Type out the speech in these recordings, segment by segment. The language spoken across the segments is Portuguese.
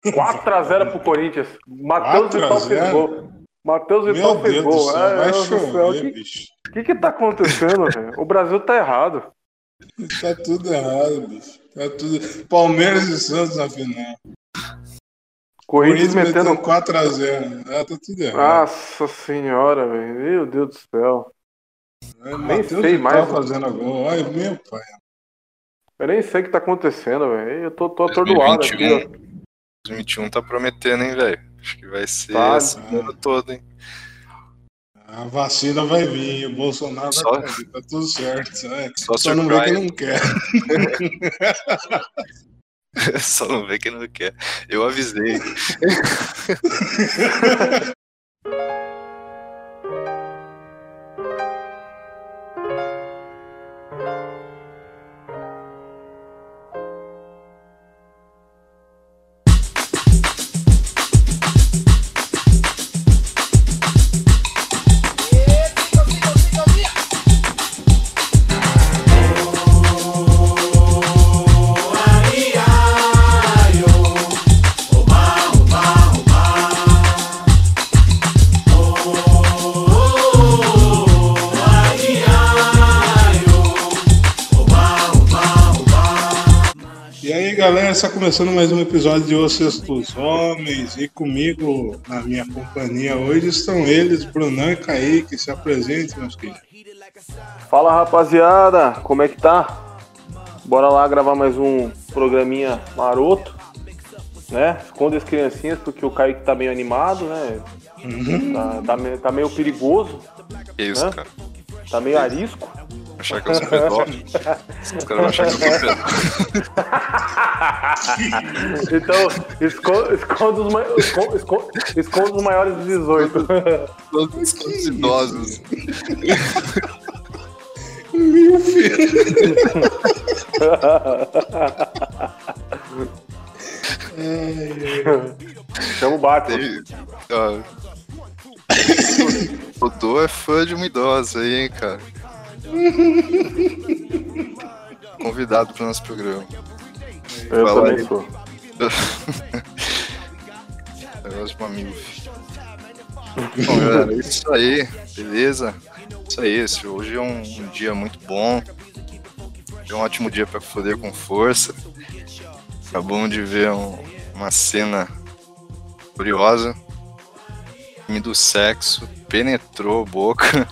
4x0 pro Corinthians. Matheus Vital fez gol. Matheus Vital fez gol. Vai chover, bicho. O que tá acontecendo, velho? O Brasil tá errado. Tá tudo errado, bicho. Tá tudo... Palmeiras e Santos na final. Corinthians metendo 4x0. Tá tudo errado. Nossa senhora, velho. Meu Deus do céu. Nem sei mais. Fazendo gol. Ai, meu pai. Eu nem sei o que tá acontecendo, velho. Eu tô atordoado aqui, ó. 2021 tá prometendo, hein, velho? Acho que vai ser esse ano todo, hein? A vacina vai vir, o Bolsonaro vai vir, tá tudo certo. Só não vê que não quer. Só não vê que não quer. Eu avisei. Galera, está começando mais um episódio de Os Sextos Homens e comigo, na minha companhia hoje, estão eles, Brunão e Kaique. Se apresentem, meus queridos. Fala, rapaziada, como é que tá? Bora lá gravar mais um programinha maroto, né? Esconde as criancinhas porque o Kaique tá meio animado, né? Tá meio perigoso. Que isso, né? Cara? Tá meio arisco. Achar que eu sou pedófilo. Os caras vão achar que eu sou pedófilo. Então, esconde os maiores de 18. Esconde os idosos. Meu filho. Chama o Batman. O Dô é fã de uma idosa aí, hein, cara. Convidado para o nosso programa. Eu também sou. Negócio de um amigo. Bom, galera, é isso aí, beleza? Isso aí, hoje é um dia muito bom. É um ótimo dia para foder com força. Acabamos de ver uma cena curiosa. O time do sexo penetrou a boca.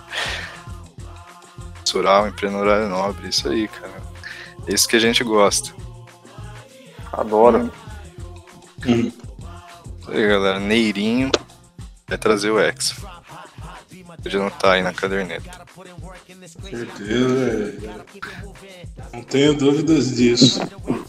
Sural em pleno horário nobre, isso aí, cara. É isso que a gente gosta. Adoro. Isso aí, galera. Neirinho vai trazer o Hexa. Pode anotar aí na caderneta. Certeza, não tenho dúvidas disso.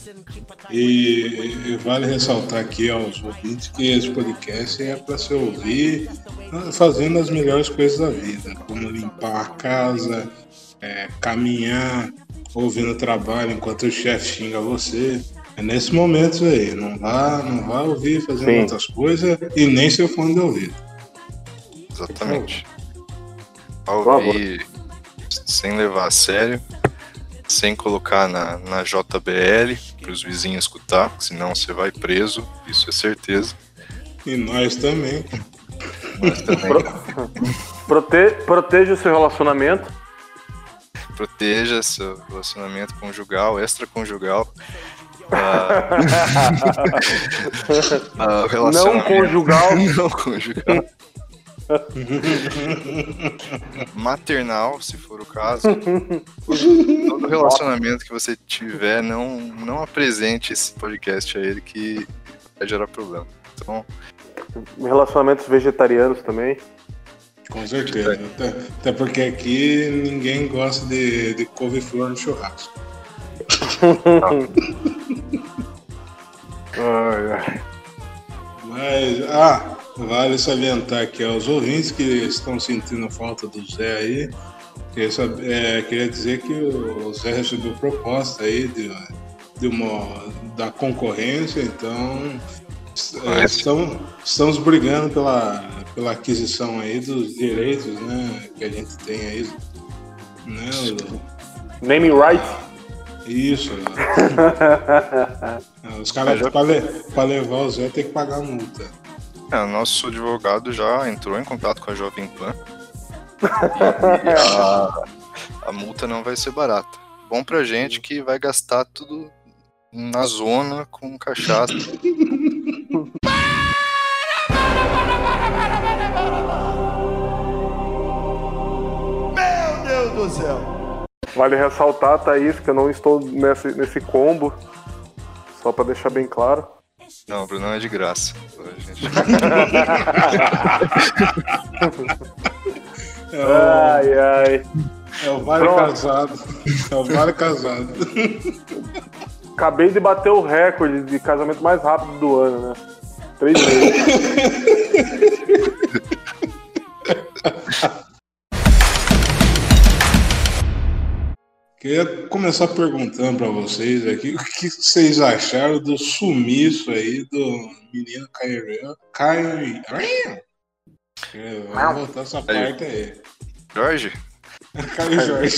E vale ressaltar aqui aos ouvintes que esse podcast é para se ouvir fazendo as melhores coisas da vida, como limpar a casa, caminhar, ouvindo trabalho enquanto o chefe xinga você. É nesse momento aí, não vá ouvir fazendo outras coisas e nem seu fone de ouvido. Exatamente. Ouvir sem levar a sério, sem colocar na JBL para os vizinhos escutar, senão você vai preso, isso é certeza. E nós também. Proteja o seu relacionamento. Proteja seu relacionamento conjugal, extraconjugal. Não conjugal. Não conjugal. Maternal, se for o caso. Todo relacionamento que você tiver, não apresente esse podcast a ele, que vai gerar problema. Então, relacionamentos vegetarianos também. Com certeza. Até porque aqui ninguém gosta de couve-flor no churrasco. Mas, vale salientar aqui aos ouvintes que estão sentindo falta do Zé aí. Queria dizer que o Zé recebeu proposta aí da concorrência, então estamos brigando pela aquisição aí dos direitos, né, que a gente tem aí, né? Naming rights. Isso. Os caras, pra levar o Zé, tem que pagar a multa. O nosso advogado já entrou em contato com a Jovem Pan. E a multa não vai ser barata. Bom pra gente que vai gastar tudo na zona com cachaça. Meu Deus do céu! Vale ressaltar, Thaís, que eu não estou nesse combo. Só pra deixar bem claro. Não, Bruno, é de graça. Ai. É o vale casado. É o vale casado. Acabei de bater o recorde de casamento mais rápido do ano, né? 3 meses. Queria começar perguntando pra vocês aqui o que vocês acharam do sumiço aí do menino Kyrie. Vamos voltar essa parte aí. Jorge? Kyrie Jorge.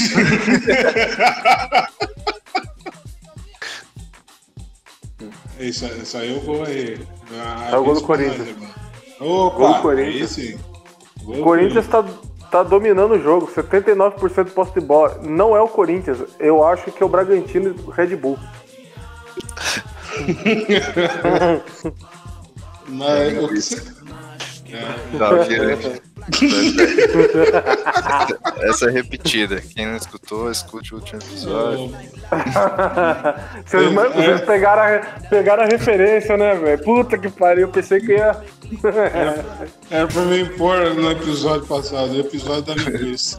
Isso aí eu vou aí. É o gol do Corinthians. Opa, Gol do Corinthians. Esse. O Corinthians tá dominando o jogo, 79% de posse de bola. Não é o Corinthians, eu acho que é o Bragantino e o Red Bull. Mas o que você... Essa é repetida. Quem não escutou, escute o último episódio. Vocês pegaram a referência, né, velho? Puta que pariu, eu pensei que ia... Era pra me impor no episódio passado, o episódio da linguiça.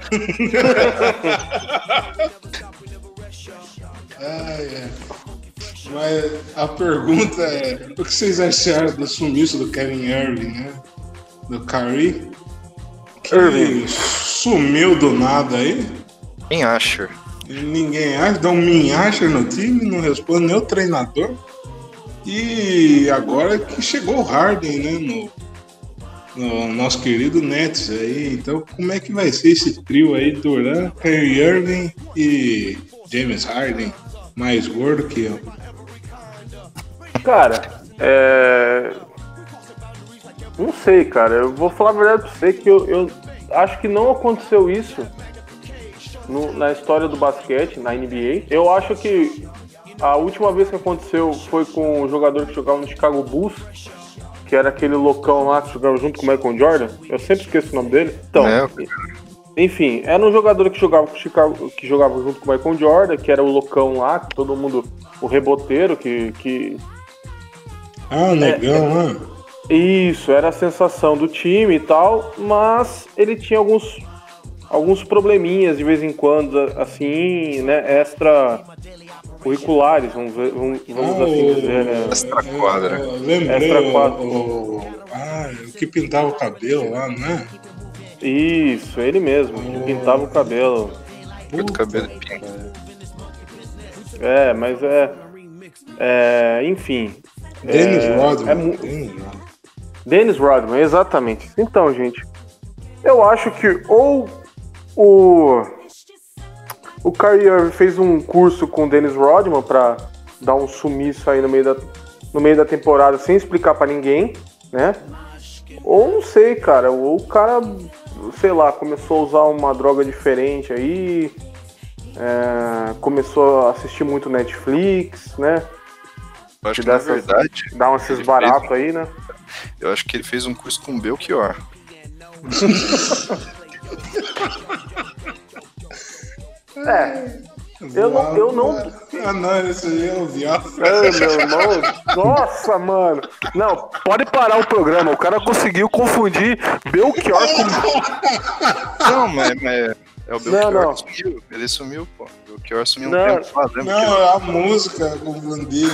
Mas a pergunta é: o que vocês acharam do sumiço do Kevin Irving, né? Do Kyrie? Que Irving sumiu do nada aí. Quem acha? Ninguém acha, dá um minhacha no time, não responde nem o treinador. E agora que chegou o Harden, né? No nosso querido Nets aí. Então, como é que vai ser esse trio aí? Durant, Kyrie Irving e James Harden, mais gordo que eu. Cara, não sei, cara. Eu vou falar a verdade pra você que eu acho que não aconteceu isso na história do basquete, na NBA. Eu acho que a última vez que aconteceu foi com o jogador que jogava no Chicago Bulls, que era aquele loucão lá que jogava junto com o Michael Jordan. Eu sempre esqueço o nome dele. Então, enfim, era um jogador que jogava com Chicago, que jogava junto com o Michael Jordan, que era o loucão lá, que todo mundo, o reboteiro, que... Ah, negão, né? Isso, era a sensação do time e tal, mas ele tinha alguns probleminhas de vez em quando, assim, né, extra-curriculares, vamos assim dizer, né? Extra-quadra. Lembrei o que pintava o cabelo lá, né? Isso, ele mesmo, que pintava o cabelo. Muito cabelo pinto. Mas enfim. Dennis Rodman. Dennis Rodman, exatamente. Então, gente, eu acho que ou o Kyrie Irving fez um curso com o Dennis Rodman pra dar um sumiço aí no meio da temporada sem explicar pra ninguém, né? Ou não sei, cara, ou o cara, sei lá, começou a usar uma droga diferente aí, começou a assistir muito Netflix, né? Eu acho que na verdade... Dá esses baratos aí, né? Eu acho que ele fez um curso com o Belchior. Eu não... Ah, não, esse aí é o Viafra. Meu irmão, nossa, mano. Não, pode parar o programa. O cara conseguiu confundir Belchior com... Não, mas é o Belchior não. que sumiu. Ele sumiu, pô. O Belchior sumiu um Não. tempo lá, lembra? Não, a música confundia.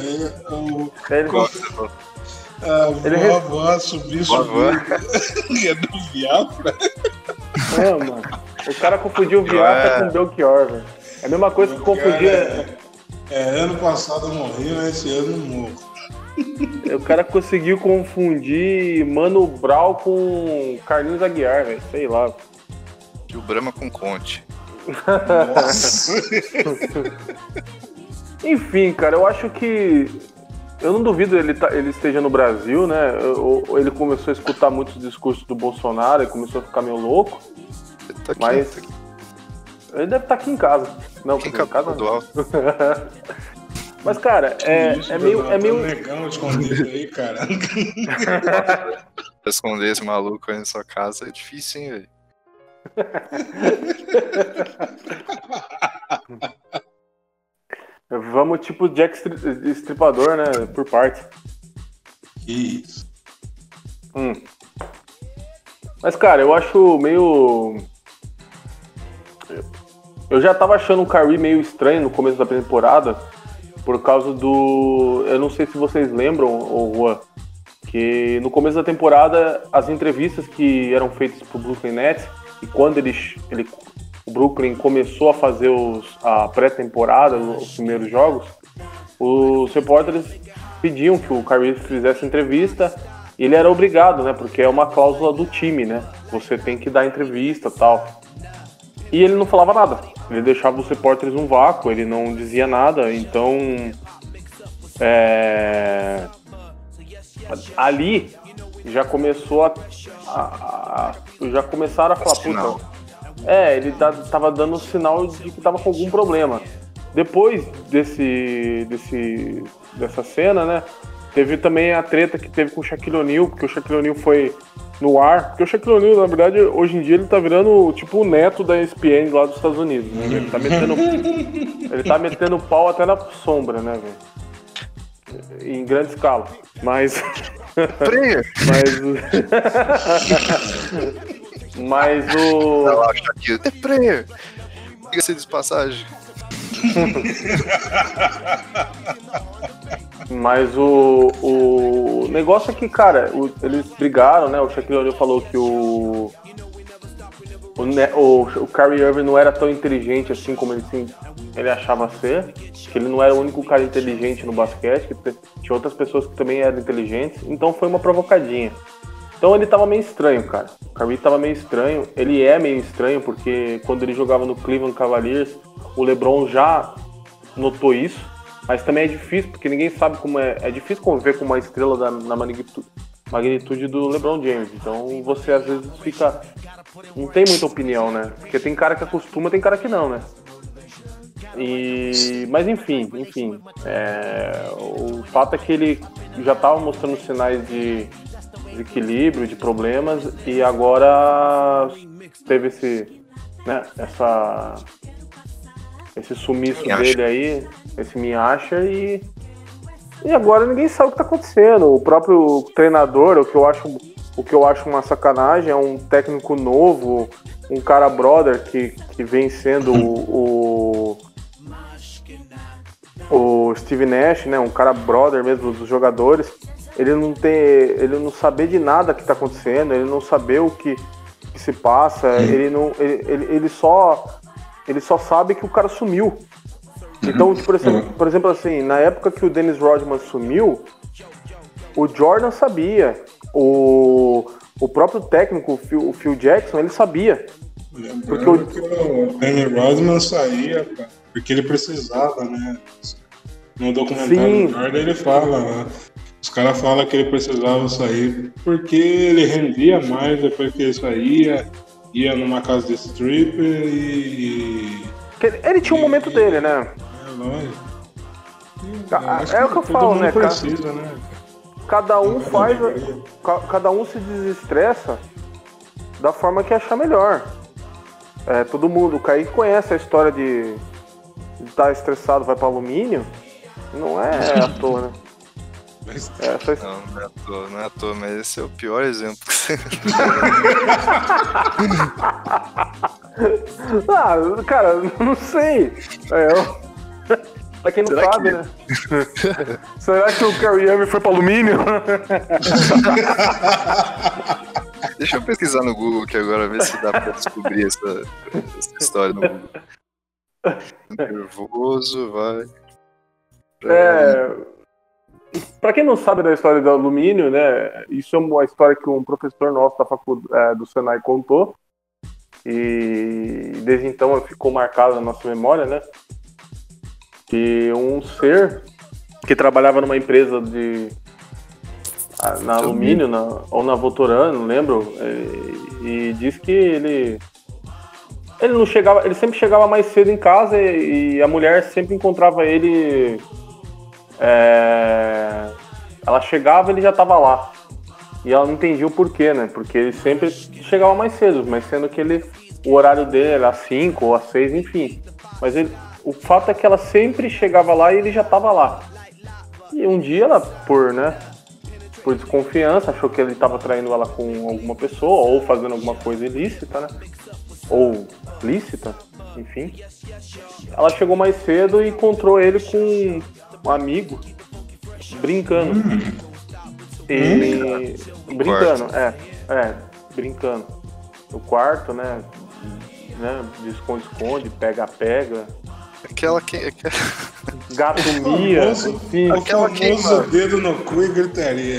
A voz subiu. É do Viafra. Mano. O cara confundiu o Viafra com o Belchior, velho. É a mesma coisa que confundia... ano passado eu morri, mas esse ano eu morro. O cara conseguiu confundir Mano Brown com Carlinhos Aguiar, velho. Sei lá. E o Brahma com Conte. Nossa. Enfim, cara, eu acho que... Eu não duvido ele esteja no Brasil, né? Ele começou a escutar muitos discursos do Bolsonaro e começou a ficar meio louco. Ele tá aqui, Mas tá aqui. ele deve estar aqui em casa. Não, Em em casa do não. alto. Mas, cara, é meio... Negão escondido aí, cara. Esconder esse maluco aí na sua casa é difícil, hein, velho? Vamos tipo Jack Estripador, né? Por parte. Isso. Mas, cara, eu acho meio... Eu já tava achando o Kyrie meio estranho no começo da temporada, por causa do... Eu não sei se vocês lembram, ô Juan, que no começo da temporada, as entrevistas que eram feitas pro Brooklyn Nets, e quando o Brooklyn começou a fazer a pré-temporada, os primeiros jogos, os repórteres pediam que o Kyrie fizesse entrevista, e ele era obrigado, né? Porque é uma cláusula do time, né? Você tem que dar entrevista e tal. E ele não falava nada. Ele deixava os repórteres num vácuo, ele não dizia nada. Então, ali já começou já começaram a falar, puta, ele tava dando sinal de que tava com algum problema. Depois dessa cena, né, teve também a treta que teve com o Shaquille O'Neal, porque o Shaquille O'Neal foi no ar, porque o Shaquille O'Neal, na verdade, hoje em dia ele tá virando tipo o neto da ESPN lá dos Estados Unidos, né? Ele tá metendo pau até na sombra, né, velho? Em grande escala. Mas mas o... Vai lá, Shaquille. É prayer. Diga-se de passagem. Mas o negócio é que, cara, eles brigaram, né? O Shaquille O'Neal falou que o Kyrie Irving não era tão inteligente assim como ele achava ser, que ele não era o único cara inteligente no basquete, que tinha outras pessoas que também eram inteligentes, então foi uma provocadinha. Então ele tava meio estranho, cara. O Kyrie tava meio estranho, ele é meio estranho, porque quando ele jogava no Cleveland Cavaliers, o LeBron já notou isso, mas também é difícil, porque ninguém sabe como é difícil conviver com uma estrela na magnitude do LeBron James, então você às vezes não tem muita opinião, né? Porque tem cara que acostuma, tem cara que não, né? Mas enfim, o fato é que ele já estava mostrando sinais de desequilíbrio, de problemas, e agora teve esse sumiço dele aí, esse me acha, e agora ninguém sabe o que tá acontecendo. O próprio treinador, o que eu acho uma sacanagem, é um técnico novo, um cara brother que vem sendo o Steve Nash, né, um cara brother mesmo dos jogadores. Ele não saber de nada que tá acontecendo, ele não saber o que se passa, ele só sabe que o cara sumiu. Então, por exemplo, assim, na época que o Dennis Rodman sumiu, o Jordan sabia, o próprio técnico, o Phil Jackson, ele sabia. Porque o Dennis Rodman saía porque ele precisava, né? No documentário do Jordan ele fala, né? Os caras falam que ele precisava sair porque ele rendia mais depois que ele saía, ia numa casa de strip e... Ele tinha um momento dele, né? É o que eu falo, né, cara? Precisa, né? Cada um se desestressa da forma que achar melhor. Todo mundo, o Kaique conhece a história de estar estressado, vai para alumínio. Não é à toa, né? Não é à toa, mas esse é o pior exemplo que você... Cara, não sei. Pra quem não sabe, né? Será que o Kyrie Irving foi pra alumínio? Deixa eu pesquisar no Google aqui agora, ver se dá pra descobrir essa história no Google. Nervoso, vai. Pra quem não sabe da história do alumínio, né? Isso é uma história que um professor nosso da faculdade do Senai contou. E desde então ficou marcado na nossa memória, né? que um ser que trabalhava numa empresa na Alumínio, ou na Votoran, não lembro, e disse que ele não chegava, ele sempre chegava mais cedo em casa e a mulher sempre encontrava ele, ela chegava e ele já estava lá. E ela não entendia o porquê, né? Porque ele sempre chegava mais cedo, mas sendo que o horário dele era às 5 ou às 6, enfim. Mas o fato é que ela sempre chegava lá e ele já estava lá. E um dia ela, por desconfiança, achou que ele estava traindo ela com alguma pessoa ou fazendo alguma coisa ilícita, né? Ou lícita, enfim. Ela chegou mais cedo e encontrou ele com um amigo brincando. Brincando, brincando. No quarto, né? De esconde-esconde, pega-pega. Aquela que. Gato mia. O famoso dedo no cu e gritaria.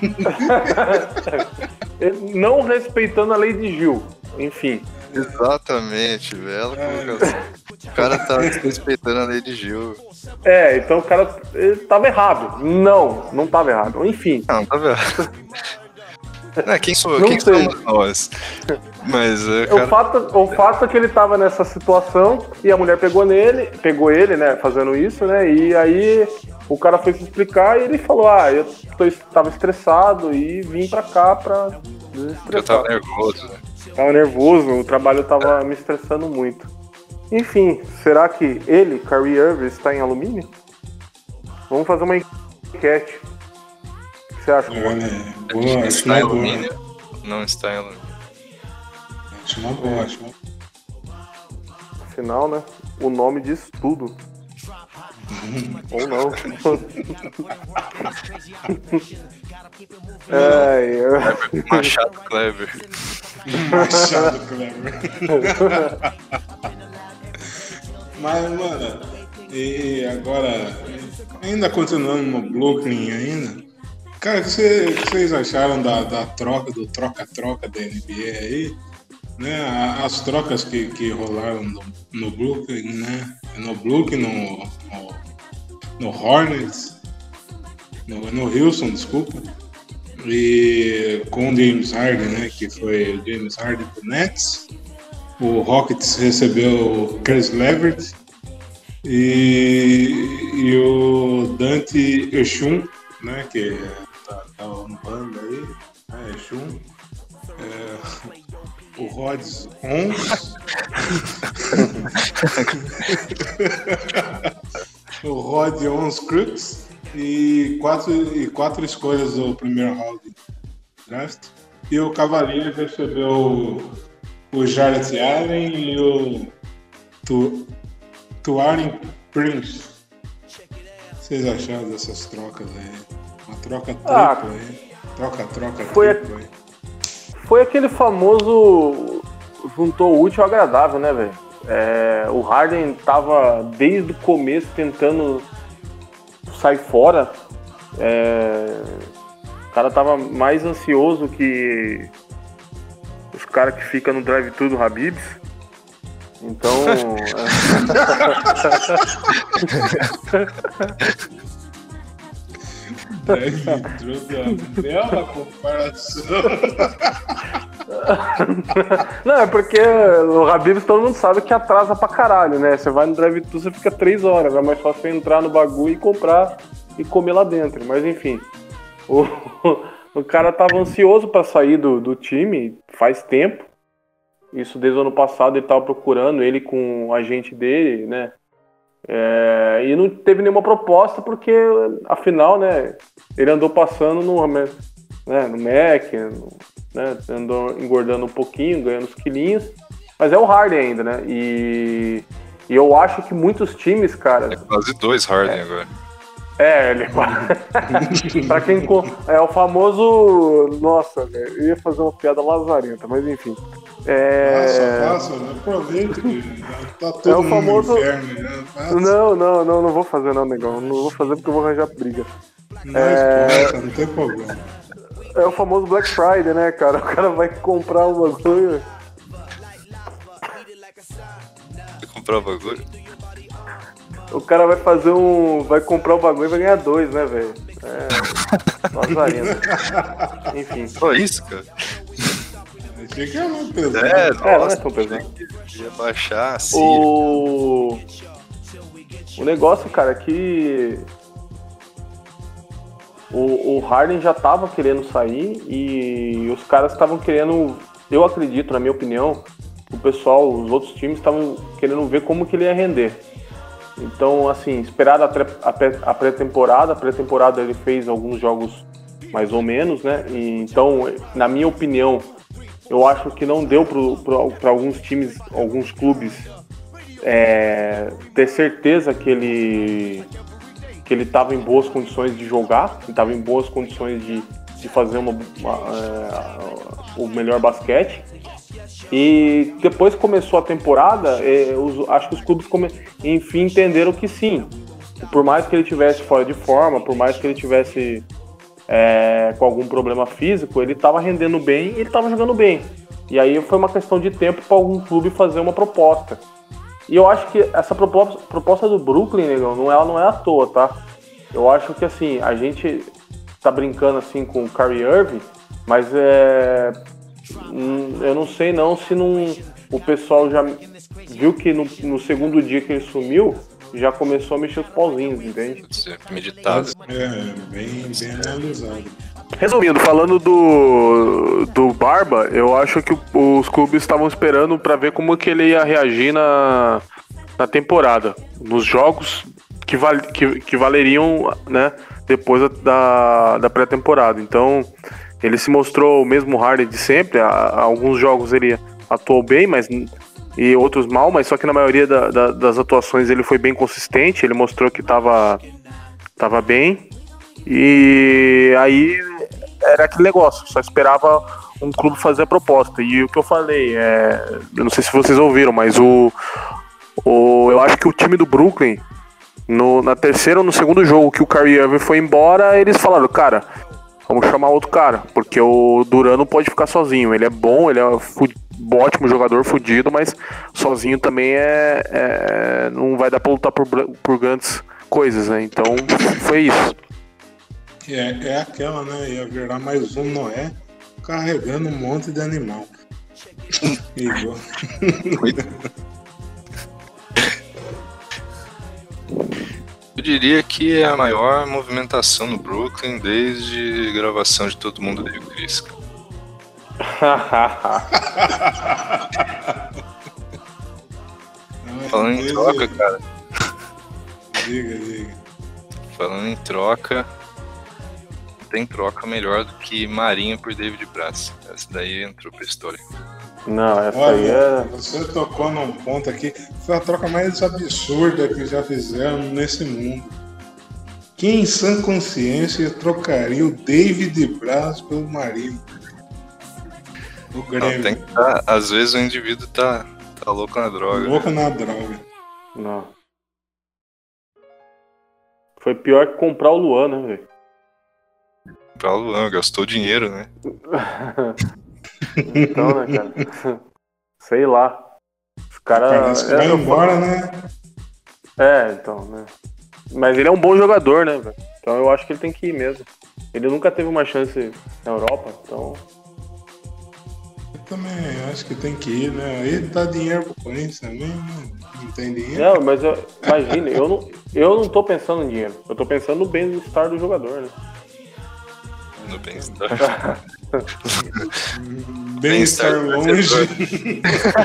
Não respeitando a lei de Gil, enfim. Exatamente, velho. O cara tá respeitando a lei de Gil. Então o cara tava errado. Não tava errado. Enfim. Não, tava errado. Quem somos nós? Mas, cara... o fato é que ele tava nessa situação e a mulher pegou ele, né, fazendo isso, né, e aí o cara foi se explicar e ele falou, eu tava estressado e vim pra cá pra desestressar. Eu tava nervoso, né? Tava nervoso, o trabalho tava me estressando muito. Enfim, será que ele, Kyrie Irving, está em Alumínio? Vamos fazer uma enquete. O que você acha? Boa, está em Alumínio? Não está em Alumínio. Acho uma boa. Afinal, né? O nome diz tudo. Ou não. Machado Kleber. Mas, mano, e agora, ainda continuando no Brooklyn ainda, cara, o que vocês acharam da troca, do troca-troca da NBA aí? Né? As trocas que rolaram no Brooklyn, né? No Brooklyn, no Hornets, no Houston, desculpa. E com o James Harden, né? Que foi o James Harden pro Nets. O Rockets recebeu o Chris Levert e o Dante Exum, né? Que tá no bando aí, Exum. O Rods 11. O Rod 11 Crooks e quatro escolhas do primeiro round draft. E o Cavaliers recebeu o Jarrett Allen e o Taurean Prince. O que vocês acharam dessas trocas aí? Uma troca tripla aí. Troca tripla aí. Foi aquele famoso juntou o útil ao agradável, né, velho? O Harden tava desde o começo tentando sair fora. O cara tava mais ansioso que os caras que ficam no drive-thru do Habib's. Então... Drive-thru da bela comparação. Não, é porque no Habib's todo mundo sabe que atrasa pra caralho, né? Você vai no drive-thru, você fica 3 horas. É mais fácil você entrar no bagulho e comprar e comer lá dentro. Mas enfim, o cara tava ansioso pra sair do time faz tempo. Isso desde o ano passado ele tava procurando, ele com o agente dele, né? E não teve nenhuma proposta porque, afinal, né? Ele andou passando no Mac, né, andou engordando um pouquinho, ganhando uns quilinhos, mas é o Harden ainda, né? E eu acho que muitos times, cara... É quase 2 Harden agora. Ele é quase... Pra quem... É o famoso... Nossa, velho, eu ia fazer uma piada lazarenta, mas enfim. Faça, né? Aproveita que tá todo mundo famoso... no inferno. Né? Não vou fazer não, negão. Não vou fazer porque eu vou arranjar briga. Não tem problema. É o famoso Black Friday, né, cara? O cara vai comprar um bagulho. Vai comprar um bagulho? O cara vai fazer vai comprar o bagulho e vai ganhar 2, né, velho? Lazarino. Enfim. Só isso, cara. Achei que era muito pesado. Não é tão pesado. Ia baixar assim. O negócio, cara, é que o Harden já tava querendo sair e os caras estavam querendo, eu acredito, na minha opinião, o pessoal, os outros times estavam querendo ver como que ele ia render. Então, assim, esperar a pré-temporada. A pré-temporada ele fez alguns jogos mais ou menos, né? Então, na minha opinião, eu acho que não deu para alguns times, alguns clubes ter certeza que ele estava em boas condições de jogar, que estava em boas condições de fazer o melhor basquete. E depois que começou a temporada, acho que os clubes enfim entenderam que sim, por mais que ele estivesse fora de forma, por mais que ele estivesse com algum problema físico, ele estava rendendo bem e ele estava jogando bem. E aí foi uma questão de tempo para algum clube fazer uma proposta. E eu acho que essa proposta do Brooklyn, negão, ela não é à toa, tá? Eu acho que assim, a gente tá brincando assim com o Kyrie Irving, mas eu não sei se o pessoal já viu que no segundo dia que ele sumiu, já começou a mexer os pauzinhos, entende? Meditado. Bem analisado. Resumindo, falando do Barba, eu acho que os clubes estavam esperando para ver como que ele ia reagir na temporada, nos jogos que valeriam, né, depois da pré-temporada. Então, ele se mostrou o mesmo Harden de sempre. Alguns jogos ele atuou bem, e outros mal, mas só que na maioria das atuações ele foi bem consistente. Ele mostrou que estava bem. E aí era aquele negócio, só esperava um clube fazer a proposta. E o que eu falei, eu não sei se vocês ouviram, mas eu acho que o time do Brooklyn, na terceira ou no segundo jogo que o Kyrie Irving foi embora, eles falaram, cara, vamos chamar outro cara, porque o Durant não pode ficar sozinho. Ele é bom, ele é ótimo jogador, fudido, mas sozinho também não vai dar pra lutar por grandes coisas, né? Então foi isso. É aquela, né? Ia virar mais um Noé carregando um monte de animal. Igual. Eu diria que é a maior movimentação no Brooklyn desde a gravação de Todo Mundo Odeia o Chris. Falando em troca, cara. Diga. Falando em troca, tem troca melhor do que Marinho por David Braz. Essa daí entrou pra história. Não, essa Olha, aí é... Você tocou num ponto aqui. Foi a troca mais absurda que já fizeram nesse mundo. Quem em sã consciência trocaria o David Braz pelo Marinho? O Grêmio. Não, tem que tá, às vezes o indivíduo tá louco na droga. Louco na droga. Não. Foi pior que comprar o Luan, né, velho? Pra Luan, gastou dinheiro, né? Então, né, cara? Sei lá. Os caras. Parece que vai embora, né? Então, né? Mas ele é um bom jogador, né, velho? Então eu acho que ele tem que ir mesmo. Ele nunca teve uma chance na Europa, então. Eu também acho que tem que ir, né? Ele dá dinheiro pro Corinthians também, né? Não tem dinheiro. Não, mas imagine, eu não tô pensando em dinheiro. Eu tô pensando no bem-estar do jogador, né? No bem-estar. Bem-estar longe.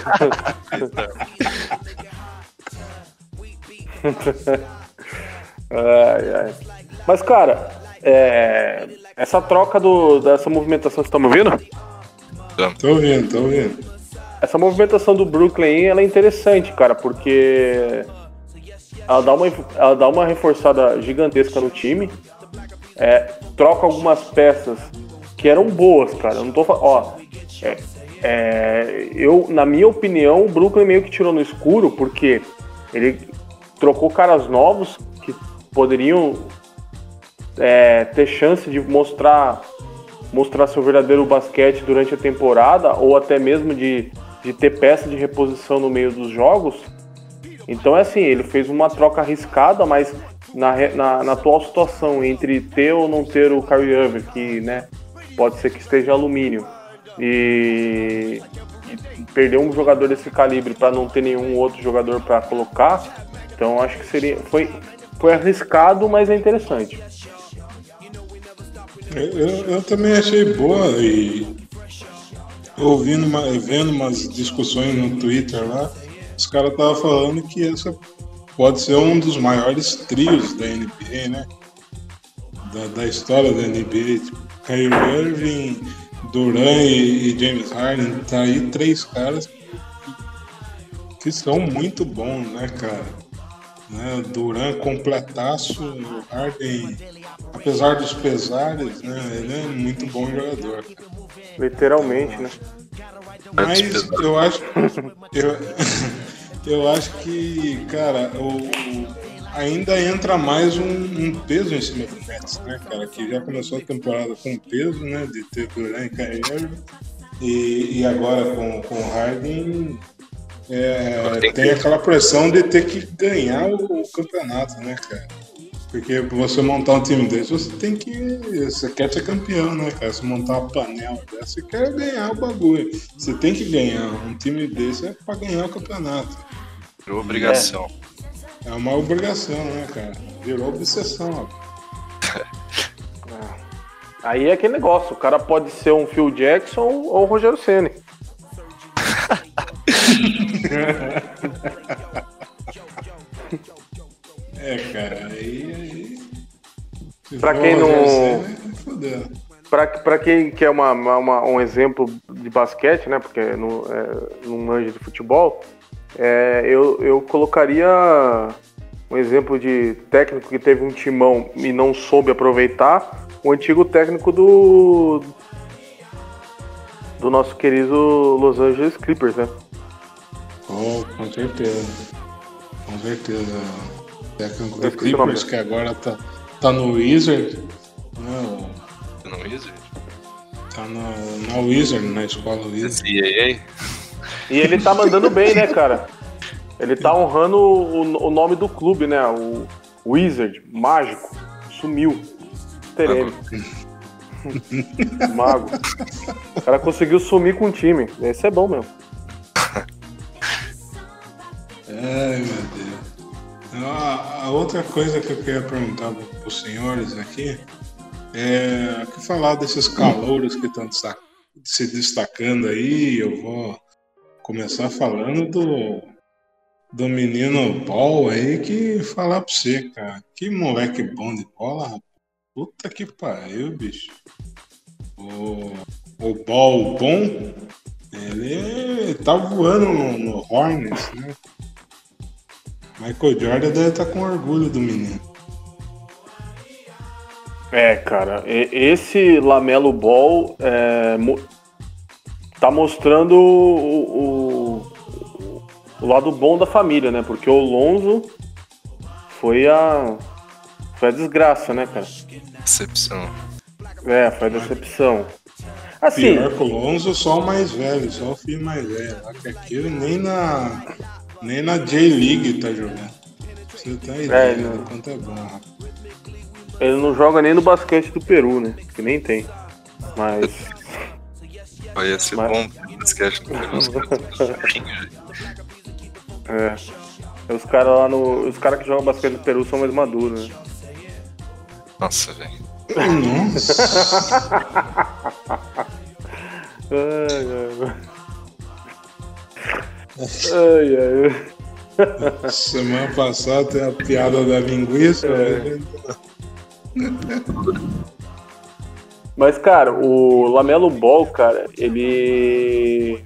Ai. Mas, cara, essa troca dessa movimentação, vocês estão me ouvindo? Tô ouvindo. Essa movimentação do Brooklyn, ela é interessante, cara, porque ela dá uma reforçada gigantesca no time, troca algumas peças que eram boas, cara. Eu não tô falando. Na minha opinião, o Brooklyn meio que tirou no escuro, porque ele trocou caras novos que poderiam ter chance de mostrar seu verdadeiro basquete durante a temporada, ou até mesmo de ter peça de reposição no meio dos jogos, Então é assim, ele fez uma troca arriscada, mas na atual situação entre ter ou não ter o Kyrie Irving, que, né, pode ser que esteja alumínio, e perder um jogador desse calibre para não ter nenhum outro jogador para colocar, então acho que foi arriscado, mas é interessante. Eu também achei boa, e vendo umas discussões no Twitter lá, os caras estavam falando que essa pode ser um dos maiores trios da NBA, né? Da história da NBA. Tipo, Kyrie Irving, Durant e James Harden, tá aí 3 caras que são muito bons, né, cara? Né? Durant completaço, o Harden, apesar dos pesares, né, ele é muito bom jogador. Literalmente, né? Mas eu acho que, cara, ainda entra mais um peso em cima do Nets, né, cara? Que já começou a temporada com peso, né, de ter Durant e Kyrie Irving, e agora com o Harden tem aquela pressão de ter que ganhar o campeonato, né, cara? Porque pra você montar um time desse, você quer ser campeão, né, cara? Se montar uma panela dessa, você quer ganhar o bagulho. Você tem que ganhar. Um time desse é pra ganhar o campeonato. Virou obrigação. É uma obrigação, né, cara? Virou obsessão, ó. Aí é aquele negócio, o cara pode ser um Phil Jackson ou o Rogério Ceni. Cara, aí pra quem não... Pra quem quer um exemplo de basquete, né, porque não manja de futebol, eu colocaria um exemplo de técnico que teve um timão e não soube aproveitar, o antigo técnico do nosso querido Los Angeles Clippers, né? Oh, com certeza. Com certeza. O técnico do Clippers, que agora tá no Wizard. Não. Tá no Wizard? Tá na Wizard, na escola Wizard. E ele tá mandando bem, né, cara? Ele tá honrando o nome do clube, né? O Wizard, mágico. Sumiu. Tereme. Mago. O cara conseguiu sumir com o time. Esse é bom mesmo. Ai, meu Deus. A outra coisa que eu queria perguntar para os senhores aqui é que falar desses calouros que estão se destacando aí. Eu vou começar falando do menino Paul aí, que falar para você, cara. Que moleque bom de bola, rapaz. Puta que pariu, bicho. O Paul bom, ele tá voando no Hornets, né? Michael Jordan deve estar com orgulho do menino. Cara, esse Lamelo Ball tá mostrando o lado bom da família, né? Porque o Lonzo foi a desgraça, né, cara? Decepção. Foi a decepção. Assim, pior que o Lonzo, só o mais velho, só o filho mais velho. Que aquilo nem na J-League tá jogando. Você tá ideia do quanto é bom, rapaz. Ele não joga nem no basquete do Peru, né? Que nem tem. Mas... Ia ser bom no basquete do Peru. Os caras lá os caras que jogam basquete do Peru são mais maduros, né? Nossa, velho. Nossa. Semana passada tem a piada da linguiça. Mas, cara, o Lamelo Ball, cara, ele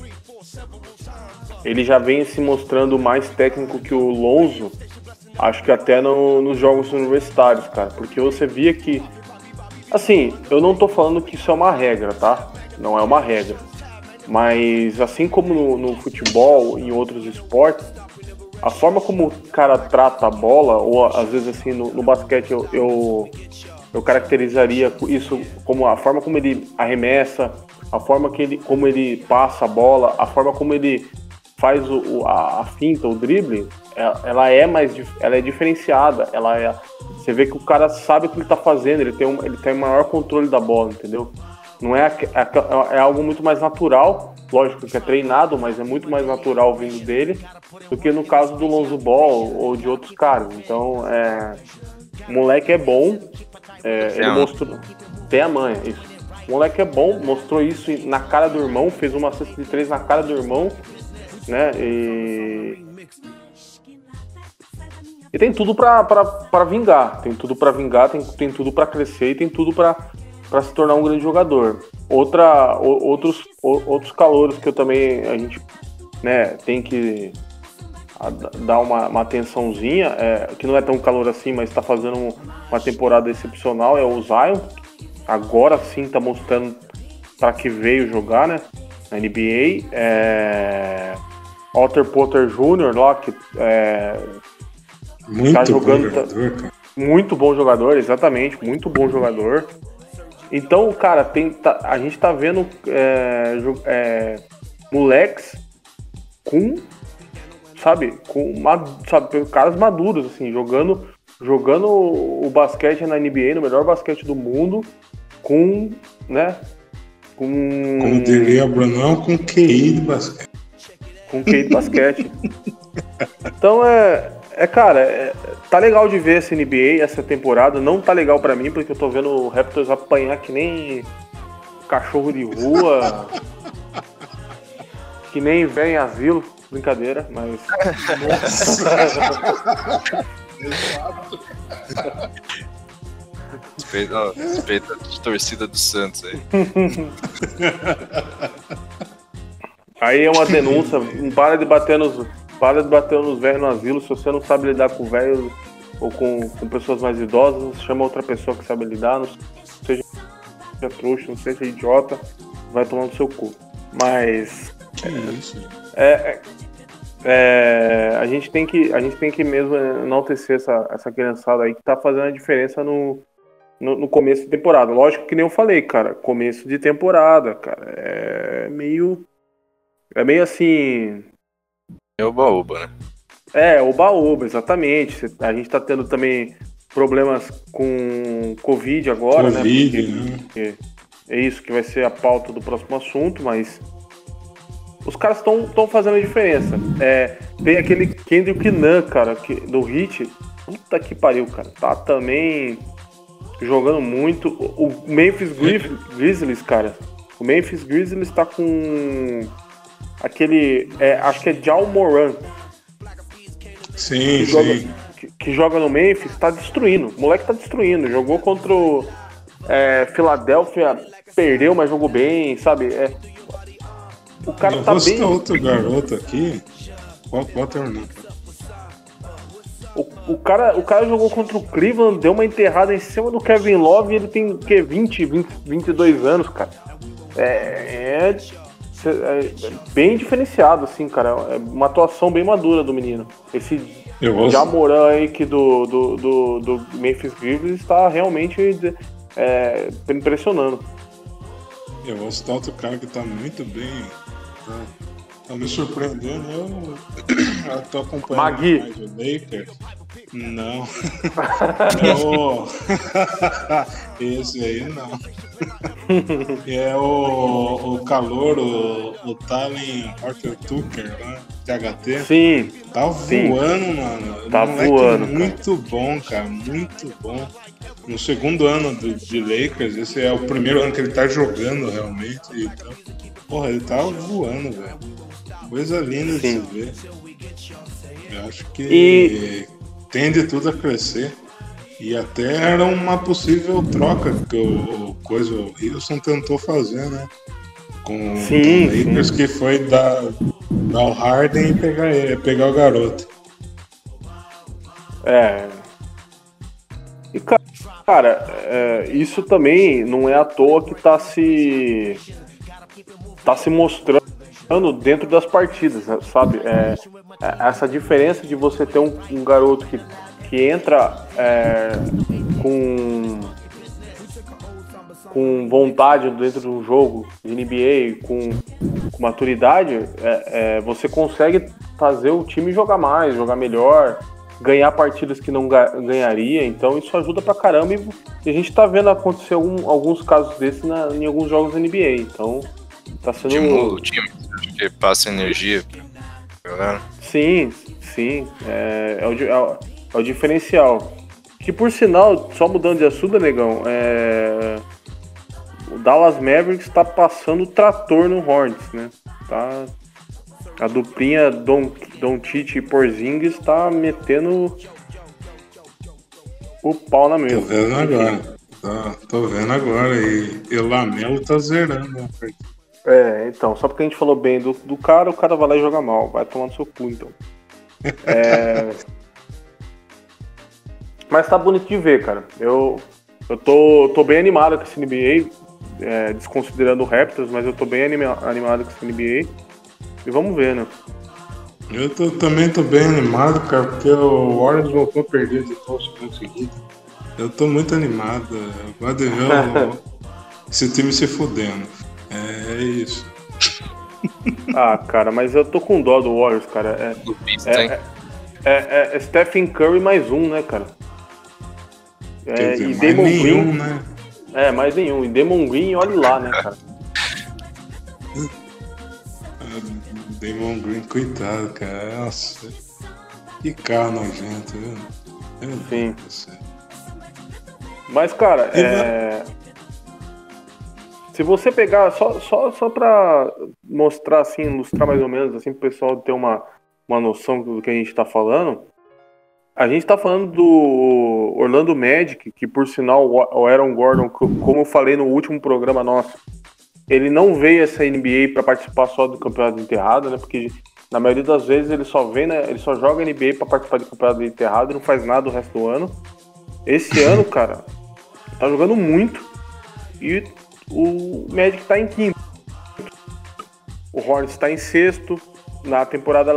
já vem se mostrando mais técnico que o Lonzo, acho que até nos jogos universitários, cara, porque você via que, assim, eu não tô falando que isso é uma regra, tá? Não é uma regra, mas assim como no futebol e em outros esportes, a forma como o cara trata a bola, ou às vezes assim, no basquete eu caracterizaria isso como a forma como ele arremessa, a forma como ele passa a bola, a forma como ele faz a finta, o drible, ela é diferenciada. Você vê que o cara sabe o que ele tá fazendo, ele tem maior controle da bola, entendeu? Não é algo muito mais natural, lógico que é treinado, mas é muito mais natural vindo dele do que no caso do Lonzo Ball ou de outros caras. Então, o moleque é bom, ele mostrou, tem a manha, isso. O moleque é bom, mostrou isso na cara do irmão, fez uma cesta de 3 na cara do irmão, né? E tem tudo pra vingar, tem tudo pra vingar, tem tudo pra crescer e tem tudo pra se tornar um grande jogador. Outros calouros que eu também, a gente, né, tem que dar uma atençãozinha, que não é tão calor assim, mas tá fazendo uma temporada excepcional, é o Zion. Agora sim tá mostrando para que veio jogar, né, na NBA. Otto Porter Jr. lá, que muito tá jogando, bom jogador, cara. Muito bom jogador, exatamente, muito bom jogador. Então, cara, a gente tá vendo moleques com caras maduros, assim, jogando o basquete na NBA, no melhor basquete do mundo, como diria Brunão, com QI de basquete. Com QI de basquete. Então, cara, tá legal de ver essa NBA, essa temporada. Não tá legal pra mim, porque eu tô vendo o Raptors apanhar que nem cachorro de rua, que nem velho em asilo. Brincadeira, mas... Respeita a torcida do Santos aí. Aí é uma denúncia, para de bater nos velhos no asilo. Se você não sabe lidar com velhos ou com pessoas mais idosas, chama outra pessoa que sabe lidar, não seja trouxa, não seja idiota, vai tomar no seu cu. Mas que isso? A gente tem que mesmo enaltecer essa criançada aí que tá fazendo a diferença no começo de temporada. Lógico que nem eu falei, cara, começo de temporada, cara, é meio assim... É oba-oba, né? Oba-oba, exatamente. A gente tá tendo também problemas com Covid agora, né? Porque é isso que vai ser a pauta do próximo assunto, mas os caras estão fazendo a diferença. Tem aquele Kendrick Nunn, cara, do Heat. Puta que pariu, cara. Tá também jogando muito. O Memphis Grizzlies, cara. O Memphis Grizzlies tá com aquele... acho que é Jal Moran. Sim, que joga no Memphis, tá destruindo. O moleque tá destruindo. Jogou contra o Philadelphia, perdeu, mas jogou bem, sabe? O cara tá bem... outro garoto aqui. Pode terminar. O cara jogou contra o Cleveland, deu uma enterrada em cima do Kevin Love e ele tem 22 anos, cara. É bem diferenciado, assim, cara. É uma atuação bem madura do menino. Esse Jamoran aí que do Memphis Grizzlies está realmente impressionando. Eu vou citar outro cara que tá muito bem. Tá me surpreendendo. Eu tô acompanhando Magui. mais o Lakers. Não. Esse aí não. É o calor, o Talen Horton Tucker, né? THT. Sim. Tá voando, mano. Tá voando. Muito bom, cara. Muito bom. No segundo ano de Lakers, esse é o primeiro ano que ele tá jogando realmente. Então, porra, ele tá voando, velho. Coisa linda de se ver. Eu acho que tende tudo a crescer. E até era uma possível troca que o Wilson tentou fazer, né? Com o Lakers, que foi dar o Harden e pegar o garoto. E, cara, isso também não é à toa que tá se mostrando dentro das partidas, sabe? Essa diferença de você ter um garoto que entra com com vontade dentro de um jogo de NBA, com maturidade, você consegue fazer o time jogar mais, jogar melhor, ganhar partidas que não ganharia. Então isso ajuda pra caramba e a gente tá vendo acontecer alguns casos desses em alguns jogos da NBA. Então tá sendo... Estimula o time, que passa energia pra galera. Sim. É o diferencial. Que por sinal, só mudando de assunto, negão, o Dallas Mavericks tá passando o trator no Hornets, né? Tá... A duplinha Doncic e Porzingis tá metendo o pau na mesa. Tô vendo agora. E o Lamelo tá zerando. Então, só porque a gente falou bem do cara, o cara vai lá e joga mal. Vai tomar no seu cu, então. Mas tá bonito de ver, cara. Eu tô bem animado com esse NBA, desconsiderando o Raptors, mas eu tô bem animado com esse NBA. E vamos ver, né? Eu também tô bem animado, cara, porque o Warriors voltou a perder de todos os seguidos. Eu tô muito animado. Eu gosto de ver esse time se fudendo. É isso. Ah, cara, mas eu tô com dó do Warriors, cara. Stephen Curry mais um, né, cara? E Damon nenhum, Green, né? Mais nenhum. E Damon Green, olha lá, né, cara? Damon Green, coitado, cara. Nossa, que carro nojento, viu? Sim. Mas, cara, se você pegar, só pra mostrar, assim, ilustrar mais ou menos, assim, pro pessoal ter uma noção do que a gente tá falando, a gente tá falando do Orlando Magic, que por sinal o Aaron Gordon, como eu falei no último programa nosso, ele não veio essa NBA para participar só do campeonato de enterrado, né? Porque na maioria das vezes ele só joga NBA para participar do campeonato de enterrado e não faz nada o resto do ano. Esse ano, cara, tá jogando muito e o Magic tá em quinto. O Hornets tá em sexto na temporada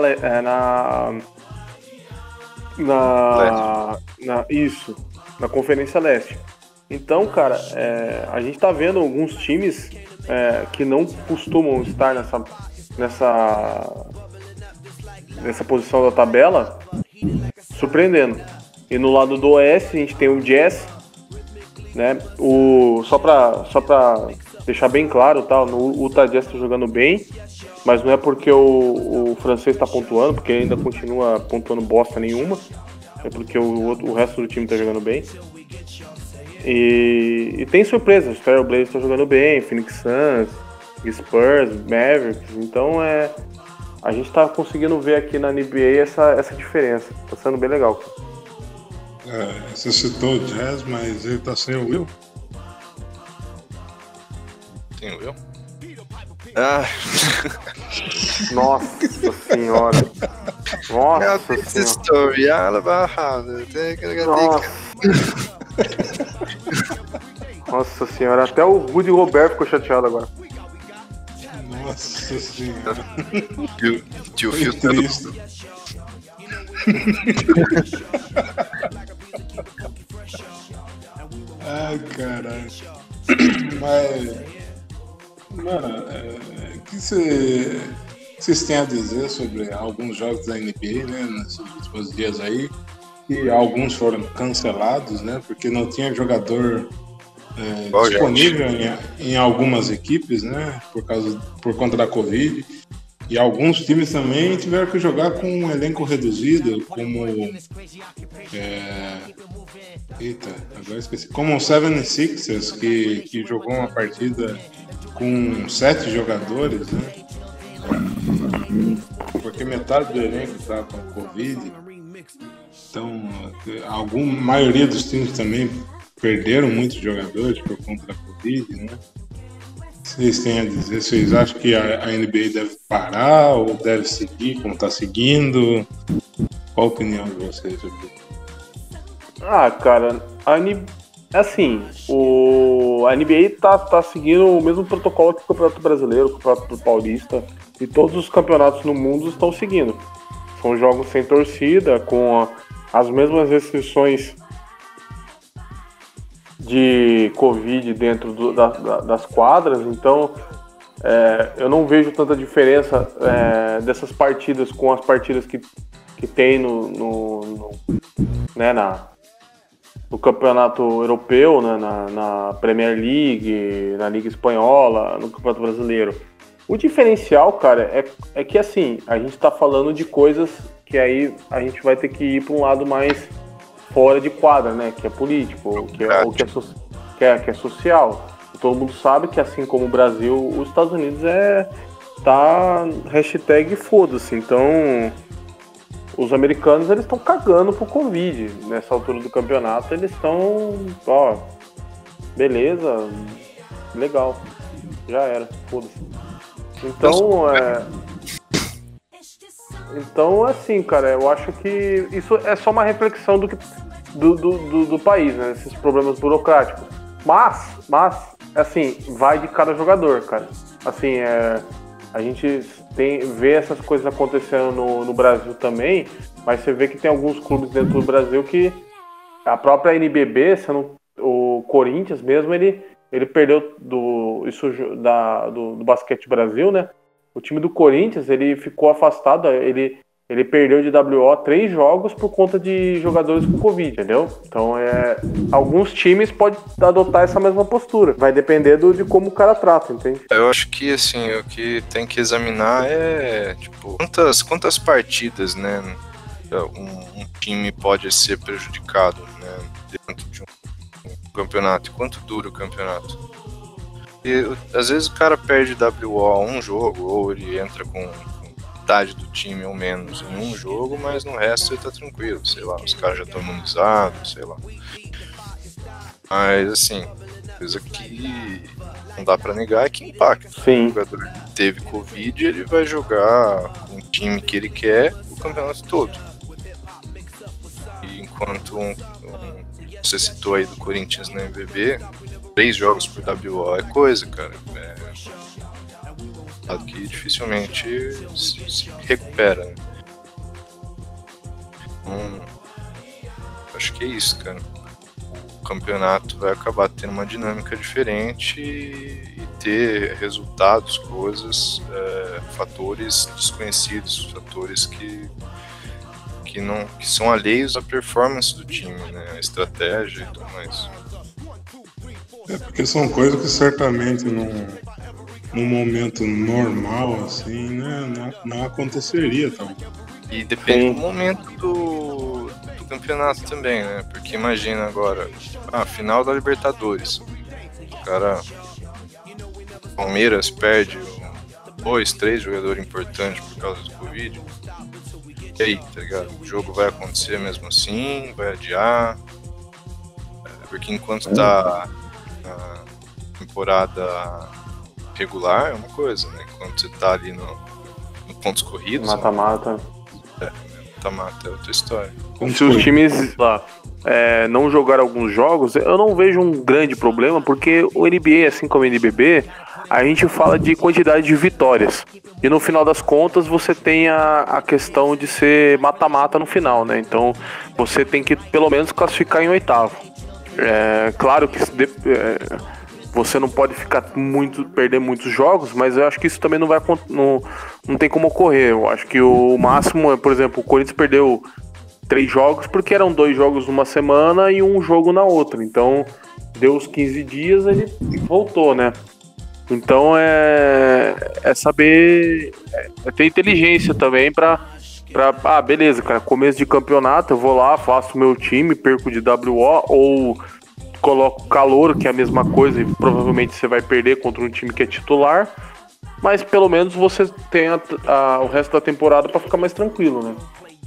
na Conferência Leste. Então, cara, a gente tá vendo alguns times que não costumam estar nessa posição da tabela surpreendendo. E no lado do Oeste a gente tem o Jazz, né? Só pra deixar bem claro, tá? O Utah Jazz tá jogando bem, mas não é porque o francês tá pontuando, porque ainda continua pontuando bosta nenhuma. É porque o resto do time tá jogando bem. E tem surpresas, os Trail Blazers estão jogando bem, Phoenix Suns, Spurs, Mavericks. Então a gente tá conseguindo ver aqui na NBA essa diferença. Tá sendo bem legal. Você citou o Jazz, mas ele tá sem o Will? Tem o Will? Nossa senhora. Nossa senhora. Story all about how Nossa senhora, até o Rudy Gobert ficou chateado agora. Nossa senhora. Tio Phil triste. Ai, caralho. Mas, mano, o que vocês têm a dizer sobre alguns jogos da NBA, né, nesses últimos dias aí? E alguns foram cancelados, né, porque não tinha jogador disponível em algumas equipes, né, por conta da Covid. E alguns times também tiveram que jogar com um elenco reduzido, como agora esqueci. Como o 76ers, que jogou uma partida com 7 jogadores, né? Porque metade do elenco estava com Covid. Então, a maioria dos times também perderam muitos jogadores por conta da Covid, né? Vocês têm a dizer, vocês acham que a NBA deve parar ou deve seguir como está seguindo? Qual a opinião de vocês sobre isso? Cara, a NBA tá seguindo o mesmo protocolo que o Campeonato Brasileiro, o Campeonato Paulista e todos os campeonatos no mundo estão seguindo. São jogos sem torcida, com as mesmas restrições de Covid dentro das quadras, então eu não vejo tanta diferença dessas partidas com as partidas que tem no Campeonato Europeu, né, na Premier League, na Liga Espanhola, no Campeonato Brasileiro. O diferencial, cara, é que assim, a gente tá falando de coisas que aí a gente vai ter que ir para um lado mais fora de quadra, né? Que é político, que é social. Todo mundo sabe que, assim como o Brasil, os Estados Unidos tá hashtag foda-se. Então, os americanos, eles estão cagando pro Covid. Nessa altura do campeonato, eles estão, beleza, legal, já era, foda-se. Então, assim, cara, eu acho que isso é só uma reflexão do país, né? Esses problemas burocráticos. Mas, assim, vai de cada jogador, cara. Assim, a gente vê essas coisas acontecendo no Brasil também, mas você vê que tem alguns clubes dentro do Brasil que a própria NBB, o Corinthians mesmo, ele perdeu do Basquete Brasil, né? O time do Corinthians, ele ficou afastado, ele perdeu de WO 3 jogos por conta de jogadores com Covid, entendeu? Então, alguns times podem adotar essa mesma postura. Vai depender de como o cara trata, entende? Eu acho que, assim, o que tem que examinar é, tipo, quantas partidas, né, um time pode ser prejudicado, né, dentro de um campeonato. E quanto dura o campeonato? E, às vezes o cara perde WO um jogo, ou ele entra com metade do time ou menos em um jogo, mas no resto ele tá tranquilo, sei lá, os caras já estão imunizados, sei lá. Mas, assim, coisa que não dá pra negar é que impacta. Sim. O jogador que teve Covid, ele vai jogar com o time que ele quer o campeonato todo. E enquanto você citou aí do Corinthians na NBB, 3 jogos por WO é coisa, cara. Algo que dificilmente se recupera, né? Acho que é isso, cara. O campeonato vai acabar tendo uma dinâmica diferente e ter resultados, coisas, fatores desconhecidos, fatores que são alheios à performance do time, né? A estratégia e tudo mais. Porque são coisas que certamente num momento normal, assim, né, não aconteceria, tá? E depende do momento do campeonato também, né? Porque imagina agora, final da Libertadores. O cara, Palmeiras perde 2, 3 jogadores importantes por causa do Covid. E aí, tá ligado? O jogo vai acontecer mesmo assim, vai adiar. Porque enquanto tá na temporada regular é uma coisa, né? Quando você tá ali no pontos corridos, mata-mata. Mata-mata é outra história. Se os times lá não jogar alguns jogos, eu não vejo um grande problema, porque o NBA, assim como o NBB, a gente fala de quantidade de vitórias. E no final das contas, você tem a questão de ser mata-mata no final, né? Então, você tem que pelo menos classificar em oitavo. Claro que você não pode perder muitos jogos, mas eu acho que isso também não tem como ocorrer. Eu acho que o máximo por exemplo, o Corinthians perdeu 3 jogos porque eram 2 jogos numa semana e um jogo na outra. Então, deu os 15 dias, ele voltou, né? Então, é saber, ter inteligência também pra beleza, cara, começo de campeonato, eu vou lá, faço o meu time, perco de WO, ou coloco calor, que é a mesma coisa, e provavelmente você vai perder contra um time que é titular, mas pelo menos você tem o resto da temporada pra ficar mais tranquilo, né?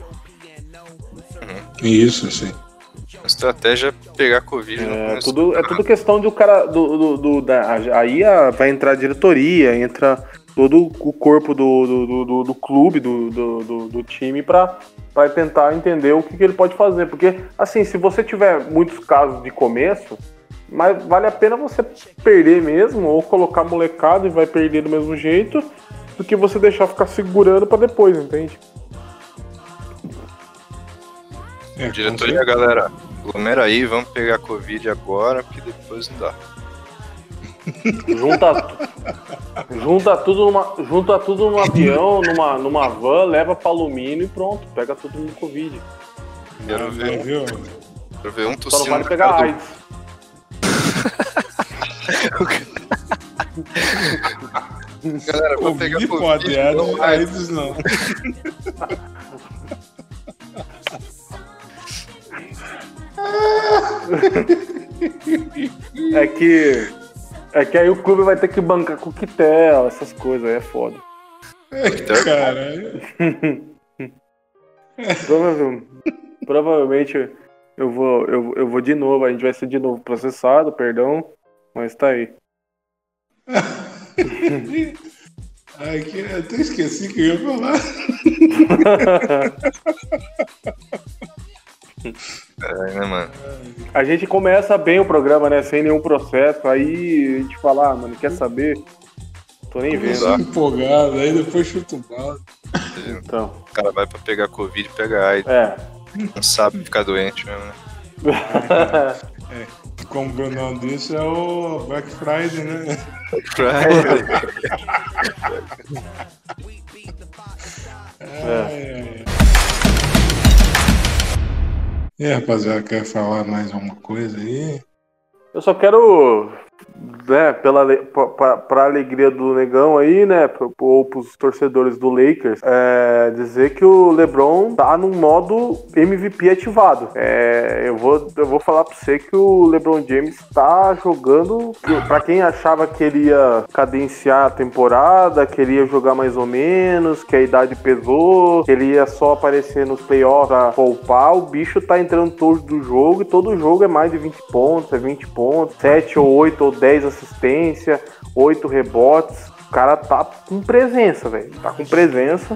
Isso, sim. A estratégia é pegar Covid no começo. É tudo questão do cara. Aí vai entrar a diretoria, entra todo o corpo do clube, do time, pra tentar entender o que ele pode fazer. Porque, assim, se você tiver muitos casos de começo, mas vale a pena você perder mesmo, ou colocar molecada e vai perder do mesmo jeito, do que você deixar ficar segurando pra depois, entende? Diretoria, galera, Aglomera aí, vamos pegar Covid agora, porque depois não dá. Junta tudo num avião, numa van, leva pra alumínio e pronto, pega todo mundo Covid. Quero ver um tossindo. Só não vale pegar AIDS. Galera, vou pegar Covid. AIDS não. É que aí o clube vai ter que bancar coquetel, essas coisas aí é foda. Caralho. Provavelmente eu vou de novo, a gente vai ser de novo processado, perdão, mas tá aí. Eu até esqueci que eu ia falar. Né, mano? A gente começa bem o programa, né? Sem nenhum processo. Aí a gente fala, mano, quer saber? Tô nem vendo. Empolgado, aí depois chuta o balde. Então. O cara vai pra pegar Covid e pega AIDS. Não sabe ficar doente mesmo, né? Como o Brunão disse, é o Black Friday, né? Black Friday. E aí, rapaziada, quer falar mais alguma coisa aí? Eu só quero, né, pra alegria do Negão aí, né, ou pros torcedores do Lakers, dizer que o LeBron tá num modo MVP ativado. Eu vou falar pra você que o LeBron James tá jogando, pra quem achava que ele ia cadenciar a temporada, que ele ia jogar mais ou menos, que a idade pesou, que ele ia só aparecer nos playoffs pra poupar, o bicho tá entrando todo jogo, e todo jogo é mais de 20 pontos, 20 pontos, 7 ou 8 ou 10 assistência, 8 rebotes. O cara tá com presença, velho. Tá com presença.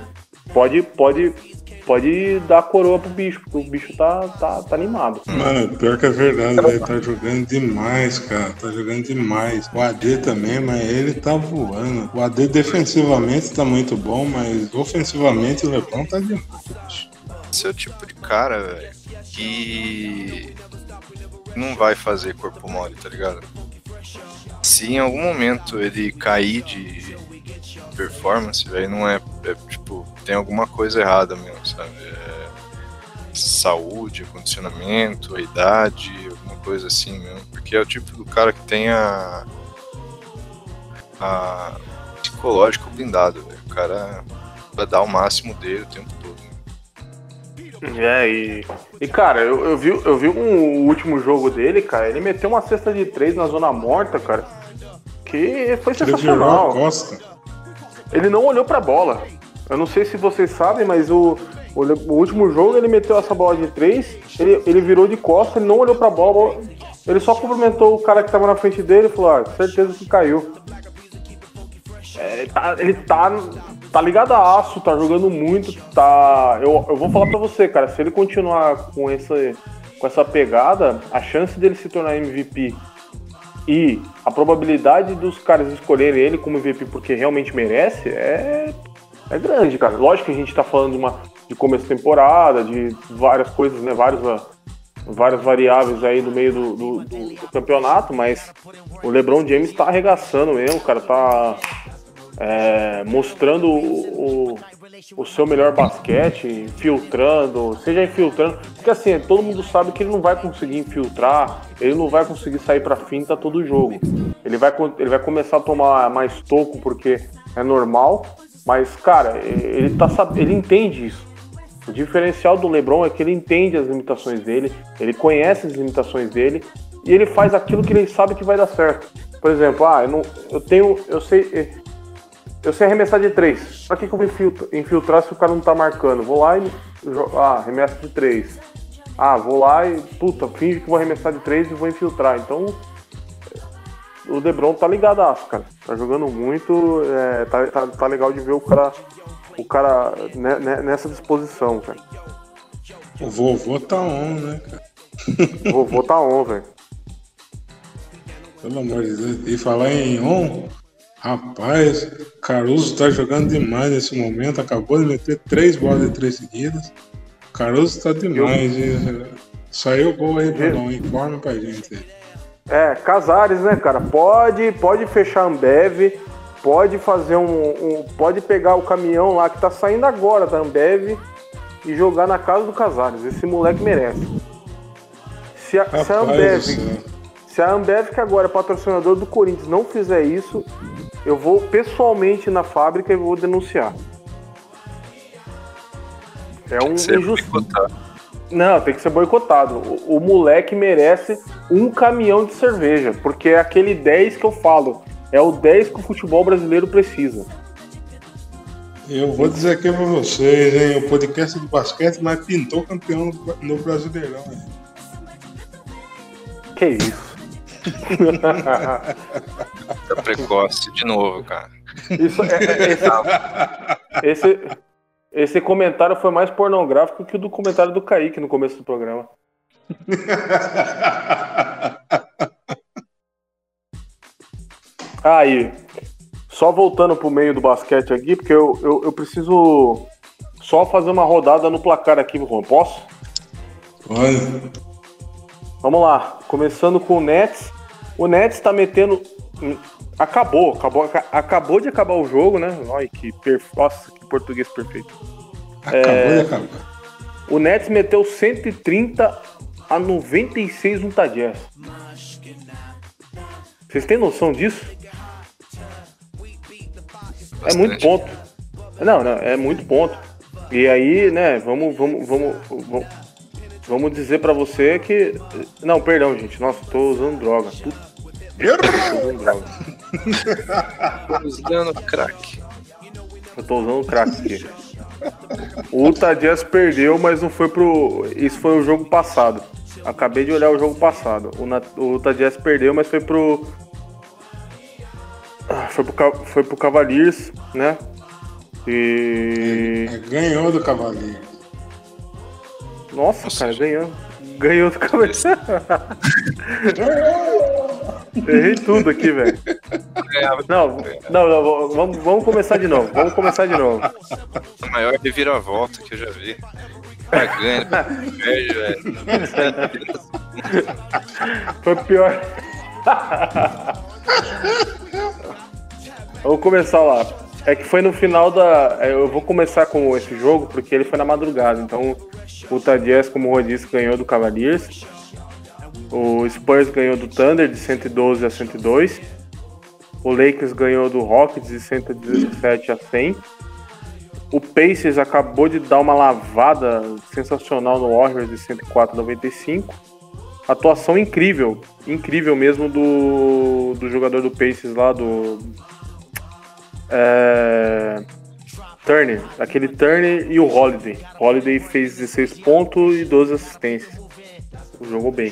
Pode dar a coroa pro bicho, porque o bicho tá animado. Mano, pior que é verdade, velho. Tá jogando demais, cara. Tá jogando demais. O AD também, mas ele tá voando. O AD defensivamente tá muito bom, mas ofensivamente o LeBron tá demais. Esse é o tipo de cara, velho, que não vai fazer corpo mole, tá ligado? Se em algum momento ele cair de performance, velho, não é tipo, tem alguma coisa errada mesmo, sabe? Saúde, condicionamento, a idade, alguma coisa assim mesmo. Porque é o tipo do cara que tem a psicológico blindado, velho. O cara vai dar o máximo dele o tempo todo. E cara, eu vi o último jogo dele, cara, ele meteu uma cesta de 3 na zona morta, cara, que foi sensacional. Ele não olhou pra bola. Eu não sei se vocês sabem, mas o último jogo ele meteu essa bola de 3, ele virou de costas, ele não olhou pra bola, ele só cumprimentou o cara que tava na frente dele e falou, certeza que caiu. Ele tá ligadaço, tá jogando muito, tá... Eu vou falar pra você, cara, se ele continuar com essa pegada, a chance dele se tornar MVP e a probabilidade dos caras escolherem ele como MVP porque realmente merece é grande, cara. Lógico que a gente tá falando de começo de temporada, de várias coisas, né, várias variáveis aí no meio do campeonato, mas o LeBron James tá arregaçando mesmo, cara, tá... mostrando o seu melhor basquete, infiltrando, porque assim, todo mundo sabe que ele não vai conseguir infiltrar, ele não vai conseguir sair pra finta todo jogo, ele vai começar a tomar mais toco porque é normal, mas cara, ele entende isso. O diferencial do LeBron é que ele entende as limitações dele, ele conhece as limitações dele e ele faz aquilo que ele sabe que vai dar certo. Por exemplo, eu sei arremessar de 3. Pra que eu vou infiltrar se o cara não tá marcando? Vou lá e arremesso de 3. Vou lá e, finge que vou arremessar de 3 e vou infiltrar. Então, o LeBron tá ligadaço, cara. Tá jogando muito, tá legal de ver o cara nessa disposição, cara. O vovô tá on, né, cara? O vovô tá on, velho. Pelo amor de Deus. E falar em on... Rapaz, Caruso tá jogando demais nesse momento. Acabou de meter 3 bolas de 3 seguidas. Caruso tá demais. Saiu o gol aí, Brunão. Informa pra gente. Casares, né, cara? Pode fechar a Ambev, pode fazer pode pegar o caminhão lá que tá saindo agora da Ambev e jogar na casa do Casares. Esse moleque merece. Se a Ambev, que agora é patrocinador do Corinthians, não fizer isso, eu vou pessoalmente na fábrica e vou denunciar. É um injustiça. Não, tem que ser boicotado. O moleque merece um caminhão de cerveja, porque é aquele 10 que eu falo. É o 10 que o futebol brasileiro precisa. Eu vou dizer aqui pra vocês, hein? O podcast do basquete, mas pintou campeão no Brasileirão, hein? Que isso? É precoce de novo, cara. Esse comentário foi mais pornográfico que o do comentário do Kaique no começo do programa. Aí, só voltando pro meio do basquete aqui, porque eu preciso só fazer uma rodada no placar aqui, Juan. Posso? Olha. Vamos lá, começando com o Nets. O Nets tá metendo... Acabou de acabar o jogo, né? Nossa, que português perfeito. Acabou de acabar. O Nets meteu 130-96 no Utah Jazz. Vocês têm noção disso? Bastante. É muito ponto. Não, é muito ponto. E aí, né, vamos dizer pra você que... Não, perdão, gente. Nossa, tô usando droga. Tô usando droga. Tô usando crack. Eu tô usando crack aqui. O Utah Jazz perdeu, mas não foi pro... Isso foi o jogo passado. Acabei de olhar o jogo passado. O Utah Jazz perdeu, mas foi pro Cavaliers, né? E... Ganhou do Cavaliers. Nossa, cara, ganhou do Cavaliers. Errei tudo aqui, velho. Não, vamos começar de novo. A maior reviravolta que eu já vi. Ganha, perde, velho. Foi pior. Vamos começar lá. É que foi no final da... Eu vou começar com esse jogo porque ele foi na madrugada. Então, o Utah Jazz, como o Rô disse, ganhou do Cavaliers. O Spurs ganhou do Thunder de 112-102. O Lakers ganhou do Rockets de 117-100. O Pacers acabou de dar uma lavada sensacional no Warriors de 104-95. Atuação incrível mesmo do jogador do Pacers lá, do Turner. Aquele Turner e o Holiday. O Holiday fez 16 pontos e 12 assistências. Jogou bem.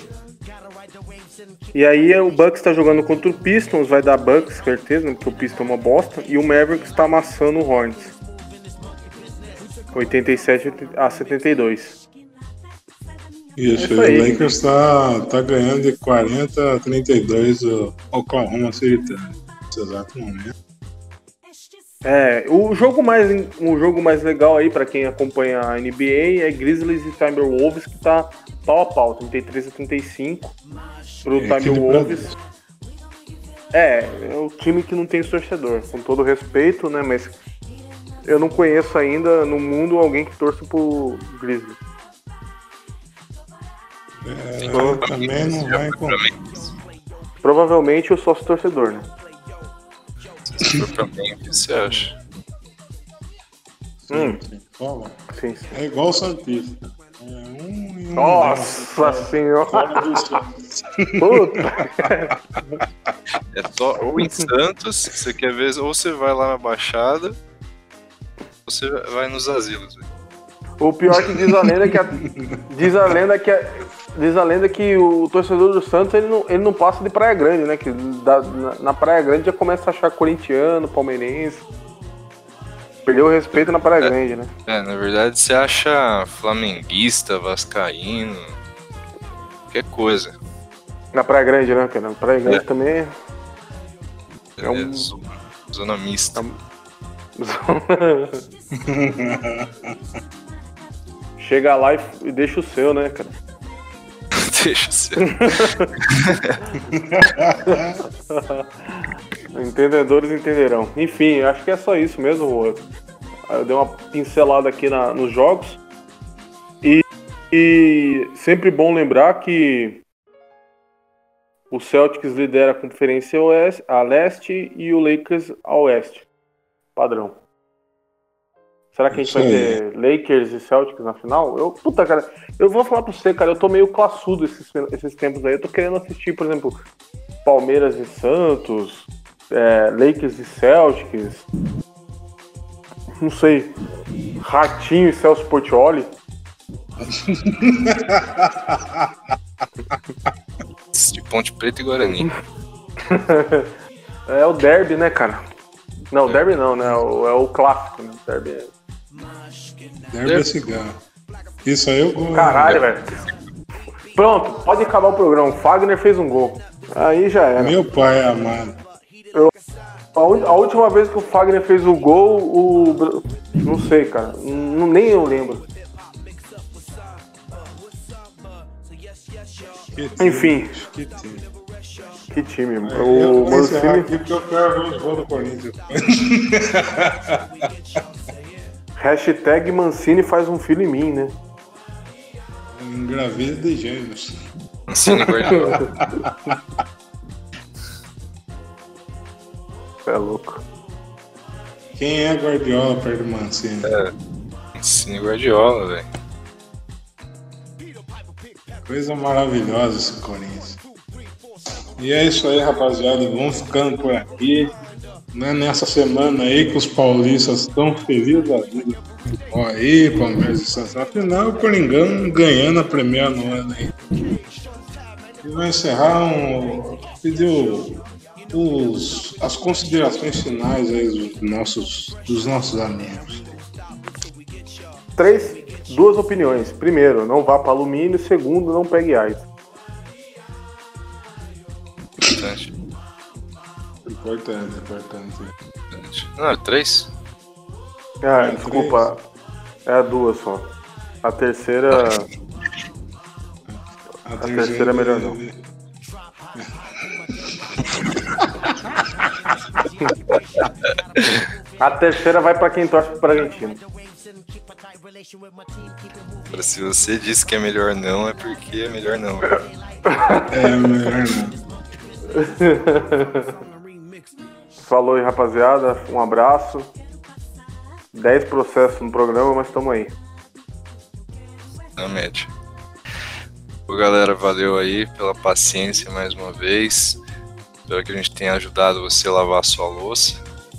E aí o Bucks tá jogando contra o Pistons, vai dar Bucks, certeza, né, porque o Pistons é uma bosta. E o Mavericks tá amassando o Hornets. 87-72. Isso, aí. O Lakers tá ganhando de 40-32 o Oklahoma City Thunder nesse exato momento. O jogo mais legal aí pra quem acompanha a NBA é Grizzlies e Timberwolves, que tá pau a pau, 33-35 pro Timberwolves. É o time que não tem torcedor, com todo respeito, né, mas eu não conheço ainda no mundo alguém que torça pro Grizzlies. Também não vai encontrar. Provavelmente o sócio torcedor, né? O que você acha? Sim. É igual o Santista. Nossa senhora! Puta! É só ou em Santos, você quer ver, ou você vai lá na Baixada, ou você vai nos asilos. Véio. O pior que diz a lenda que o torcedor do Santos ele não passa de Praia Grande, né? Que na Praia Grande já começa a achar corintiano, palmeirense. Perdeu o respeito na Praia Grande, né? Na verdade você acha flamenguista, vascaíno, qualquer coisa. Na Praia Grande, né, cara? Na Praia Grande também é um... Zona mista. Chega lá e deixa o seu, né, cara? Deixa ser. Entendedores entenderão. Enfim, acho que é só isso mesmo. Eu dei uma pincelada aqui nos jogos. E sempre bom lembrar que o Celtics lidera a Conferência a Leste e o Lakers a Oeste. Padrão. Será que a gente vai ter Lakers e Celtics na final? Puta, cara, eu vou falar pra você, cara, eu tô meio classudo esses tempos aí. Eu tô querendo assistir, por exemplo, Palmeiras e Santos, Lakers e Celtics, não sei, Ratinho e Celso Portiolli. De Ponte Preta e Guarani. É o derby, né, cara? Não, o derby não, né? É o clássico, né? O derby é cigarro. Isso aí eu gosto. Caralho, velho. Pronto, pode acabar o programa. O Fagner fez um gol. Aí já era. Meu pai é amado. A última vez que o Fagner fez o gol, não sei, cara. Nem eu lembro. Enfim. Que time, mano. O Mancini. Aqui que eu quero ver os gols do Corinthians. Hashtag Mancini faz um filho em mim, né? Engravida de gêmeos. Mancini Guardiola. É louco. Quem é Guardiola perto do Mancini? Mancini Guardiola, velho. Coisa maravilhosa esse Corinthians. E é isso aí, rapaziada. Vamos ficando por aqui. Né? Nessa semana aí que os paulistas estão felizes da vida. Ó aí, Palmeiras e Santos. Afinal, o Coringão ganhando a primeira no ano aí. E vai encerrar pediu as considerações finais aí dos nossos amigos. 2 opiniões. Primeiro, não vá para alumínio. Segundo, não pegue AIDS. Importante. Não, é 3? Desculpa. É 2 só. A terceira. A terceira é melhor não. A terceira vai pra quem torce pro Argentina. Se você disse que é melhor não, é porque é melhor não. É melhor não. Falou aí, rapaziada. Um abraço. 10 processos no programa, mas tamo aí. Na média. Pô, galera, valeu aí pela paciência mais uma vez. Espero que a gente tenha ajudado você a lavar a sua louça.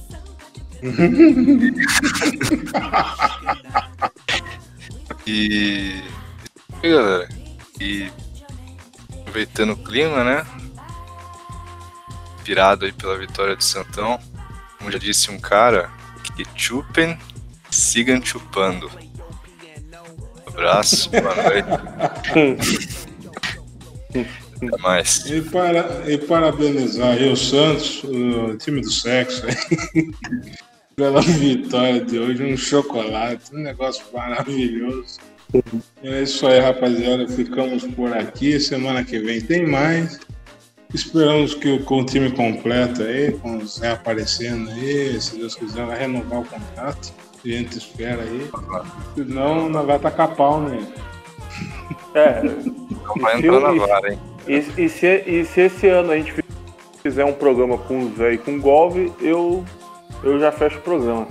E galera, aproveitando o clima, né? Inspirado aí pela vitória do Santão, como já disse um cara, que chupem, sigam chupando. Abraço, boa noite. Até mais. E parabenizar aí o Santos, o time do sexo, pela vitória de hoje, um chocolate, um negócio maravilhoso. É isso aí, rapaziada, ficamos por aqui, semana que vem tem mais. Esperamos que com o time completo aí, com o Zé aparecendo aí, se Deus quiser, vai renovar o contrato. A gente espera aí. Senão, não vai tacar pau, né? Não vai entrar na vara, hein? E se esse ano a gente fizer um programa com o Zé e com o Golve, eu já fecho o programa.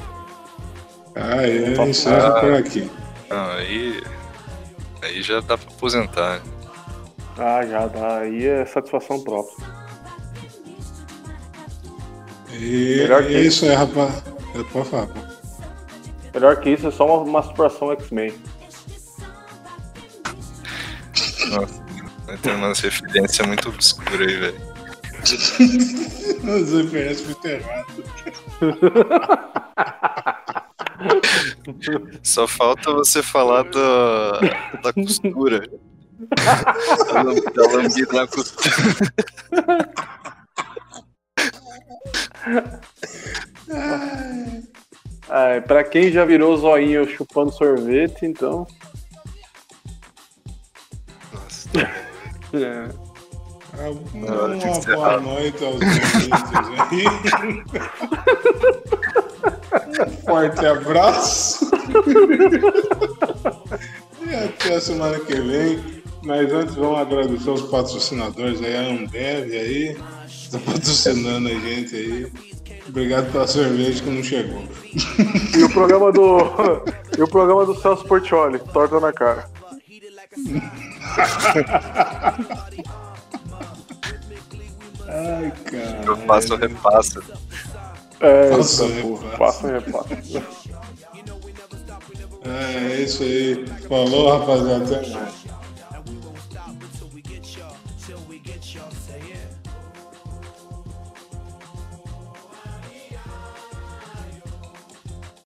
Encerra por aqui. Não, aí já dá pra aposentar, né? Já dá. Aí é satisfação própria. É isso aí, rapaz. Pode falar, pô. Melhor que isso é só uma masturbação X-Men. Nossa, tem umas referências muito obscuras aí, velho. As referências muito erradas. Só falta você falar da costura. Da lambida na costura. Pra quem já virou zoinho chupando sorvete, então. Nossa. Uma boa noite aos ouvintes aí. Um forte abraço. E até a semana que vem. Mas antes vamos agradecer os patrocinadores aí, a Ambev aí, tá patrocinando a gente aí. Obrigado pela cerveja que não chegou. E o programa do Celso Portioli, torta na cara. Ai, cara. Eu faço o repasso. Passa e repassa. É isso aí. Falou, rapaziada. Até mais.